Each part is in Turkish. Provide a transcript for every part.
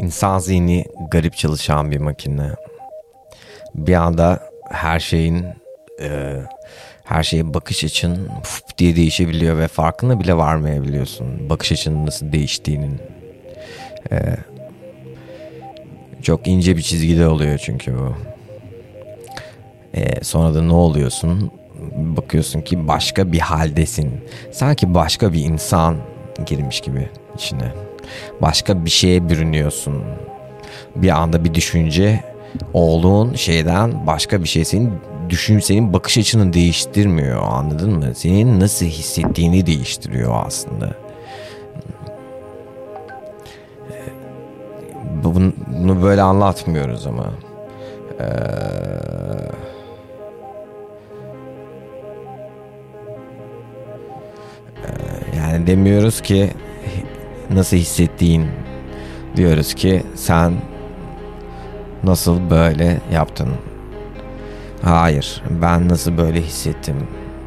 İnsan zihni garip çalışan bir makine. Bir anda her şeye bakış açın diye değişebiliyor ve farkına bile varmayabiliyorsun. Bakış açının nasıl değiştiğinin. Çok ince bir çizgide oluyor çünkü bu. Sonra da ne oluyorsun? Bakıyorsun ki başka bir haldesin. Sanki başka bir insan girmiş gibi içine. Başka bir şeye bürünüyorsun. Bir anda bir düşünce olduğun şeyden başka bir şey senin bakış açını değiştirmiyor, anladın mı? Senin nasıl hissettiğini değiştiriyor aslında. Bunu böyle anlatmıyoruz ama. Yani demiyoruz ki nasıl hissettiğin, diyoruz ki sen nasıl böyle yaptın? Hayır, ben nasıl böyle hissettim?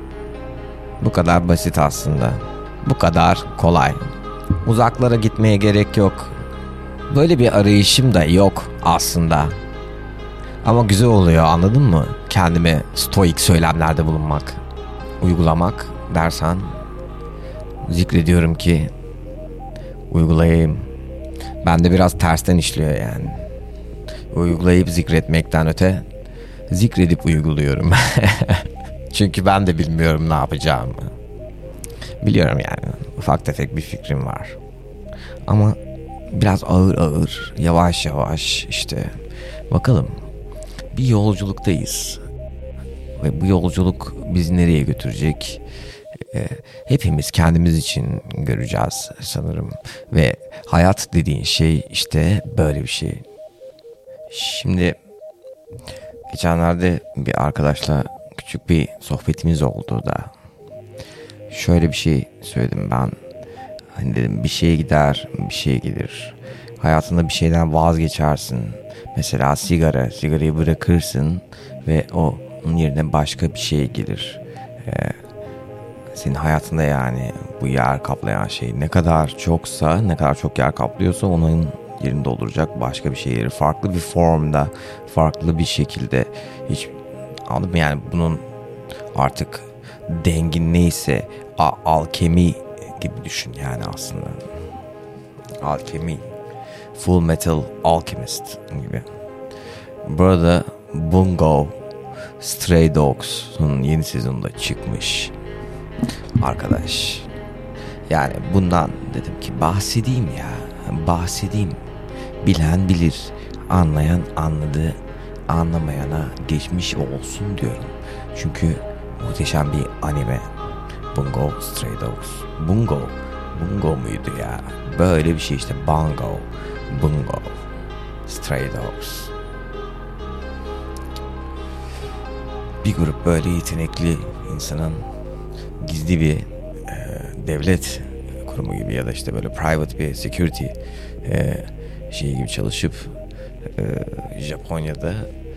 Bu kadar basit aslında. Bu kadar kolay. Uzaklara gitmeye gerek yok. Böyle bir arayışım da yok aslında. Ama güzel oluyor, anladın mı? Kendime stoik söylemlerde bulunmak, uygulamak dersen, zikrediyorum ki uygulayayım. Bende biraz tersten işliyor yani. Uygulayıp zikretmekten öte zikredip uyguluyorum. Çünkü ben de bilmiyorum ne yapacağımı. Biliyorum yani, ufak tefek bir fikrim var. Ama biraz ağır, yavaş yavaş işte. Bakalım, bir yolculuktayız. Ve bu yolculuk bizi nereye götürecek? Hepimiz kendimiz için göreceğiz sanırım. Ve hayat dediğin şey işte böyle bir şey. Şimdi geçenlerde bir arkadaşla küçük bir sohbetimiz oldu da şöyle bir şey söyledim ben. Hani dedim, bir şey gider, bir şey gelir. Hayatında bir şeyden vazgeçersin. Mesela sigarayı bırakırsın ve onun yerine başka bir şey gelir. Senin hayatında yani bu yer kaplayan şey ne kadar çoksa, ne kadar çok yer kaplıyorsa onun yerini dolduracak başka bir şeyleri farklı bir formda, farklı bir şekilde, hiç anladın mı? Yani bunun artık dengin neyse alkemi gibi düşün yani aslında. Alkemi, Full Metal Alchemist gibi. Burada Bungo Stray Dogs'un yeni sezonunda çıkmış arkadaş. Yani bundan dedim ki bahsedeyim. Bilen bilir, anlayan anladı, anlamayana geçmiş olsun diyorum. Çünkü muhteşem bir anime. Bungo Stray Dogs. Bungo muydu ya? Böyle bir şey işte. Bungo Stray Dogs. Bir grup böyle yetenekli insanın gizli bir devlet kurumu gibi ya da işte böyle private bir security şey gibi çalışıp Japonya'da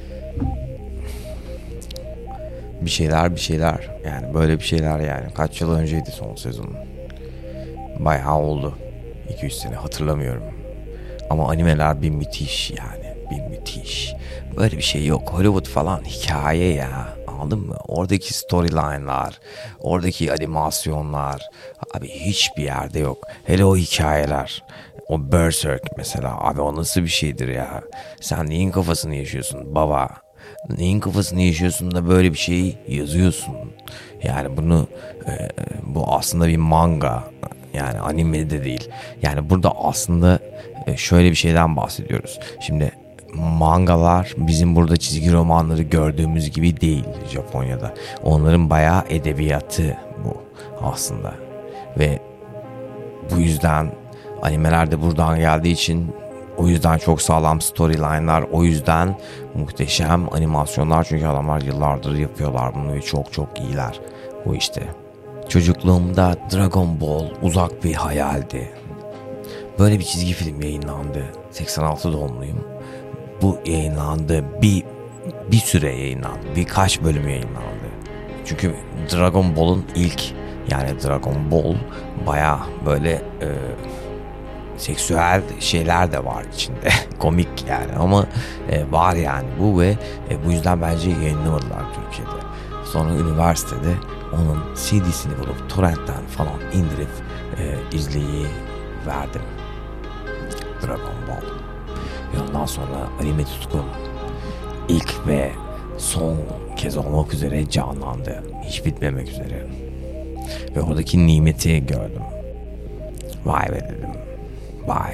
bir şeyler yani böyle bir şeyler yani. Kaç yıl önceydi son sezon? Bayağı oldu. 2-3 sene hatırlamıyorum. Ama animeler bir müthiş yani. Bir müthiş. Böyle bir şey yok. Hollywood falan hikaye ya. Anladın mı? Oradaki storyline'lar, oradaki animasyonlar abi hiçbir yerde yok. Hele o hikayeler. O Berserk mesela. Abi o nasıl bir şeydir ya? Sen neyin kafasını yaşıyorsun baba? Neyin kafasını yaşıyorsun da böyle bir şeyi yazıyorsun? Yani bu aslında bir manga. Yani anime de değil. Yani burada aslında şöyle bir şeyden bahsediyoruz. Şimdi mangalar bizim burada çizgi romanları gördüğümüz gibi değil Japonya'da. Onların bayağı edebiyatı bu aslında. Ve bu yüzden animeler de buradan geldiği için, o yüzden çok sağlam storyline'lar, o yüzden muhteşem animasyonlar. Çünkü adamlar yıllardır yapıyorlar bunu ve çok çok iyiler bu işte. Çocukluğumda Dragon Ball uzak bir hayaldi. Böyle bir çizgi film yayınlandı. 86 doğumluyum. Bu yayınlandı. Bir süre yayınlandı. Birkaç bölüm yayınlandı. Çünkü Dragon Ball'un ilk, yani Dragon Ball bayağı böyle seksüel şeyler de var içinde. Komik yani ama var yani bu ve bu yüzden bence yayınlamadılar Türkiye'de. Sonra üniversitede onun CD'sini bulup torrentten falan indirip izleyi verdim. Dragon Ball. Ve ondan sonra anime tutkum ilk ve son kez olmak üzere canlandı. Hiç bitmemek üzere. Ve oradaki nimeti gördüm. Vay be dedim. Vay.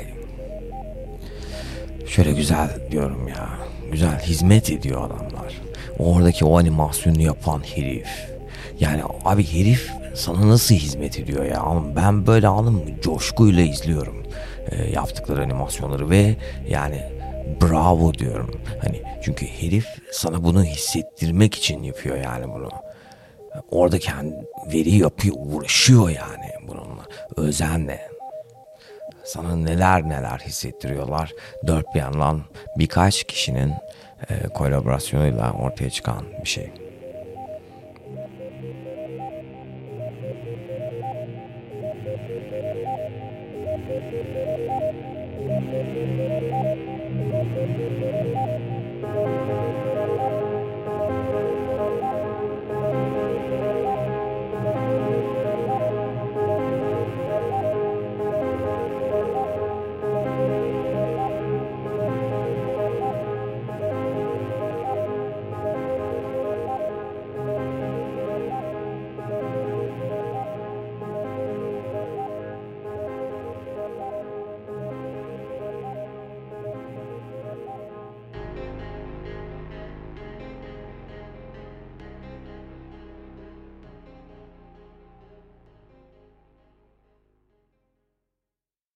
Şöyle güzel diyorum ya. Güzel hizmet ediyor adamlar. Oradaki o animasyonu yapan herif. Yani abi herif sana nasıl hizmet ediyor ya? Ama ben böyle coşkuyla izliyorum yaptıkları animasyonları ve yani bravo diyorum. Hani çünkü herif sana bunu hissettirmek için yapıyor yani bunu. Orada kendi veri yapıyor, uğraşıyor yani bununla. Özenle. Sana neler neler hissettiriyorlar. Dört bir yandan birkaç kişinin kolaborasyonuyla ortaya çıkan bir şey.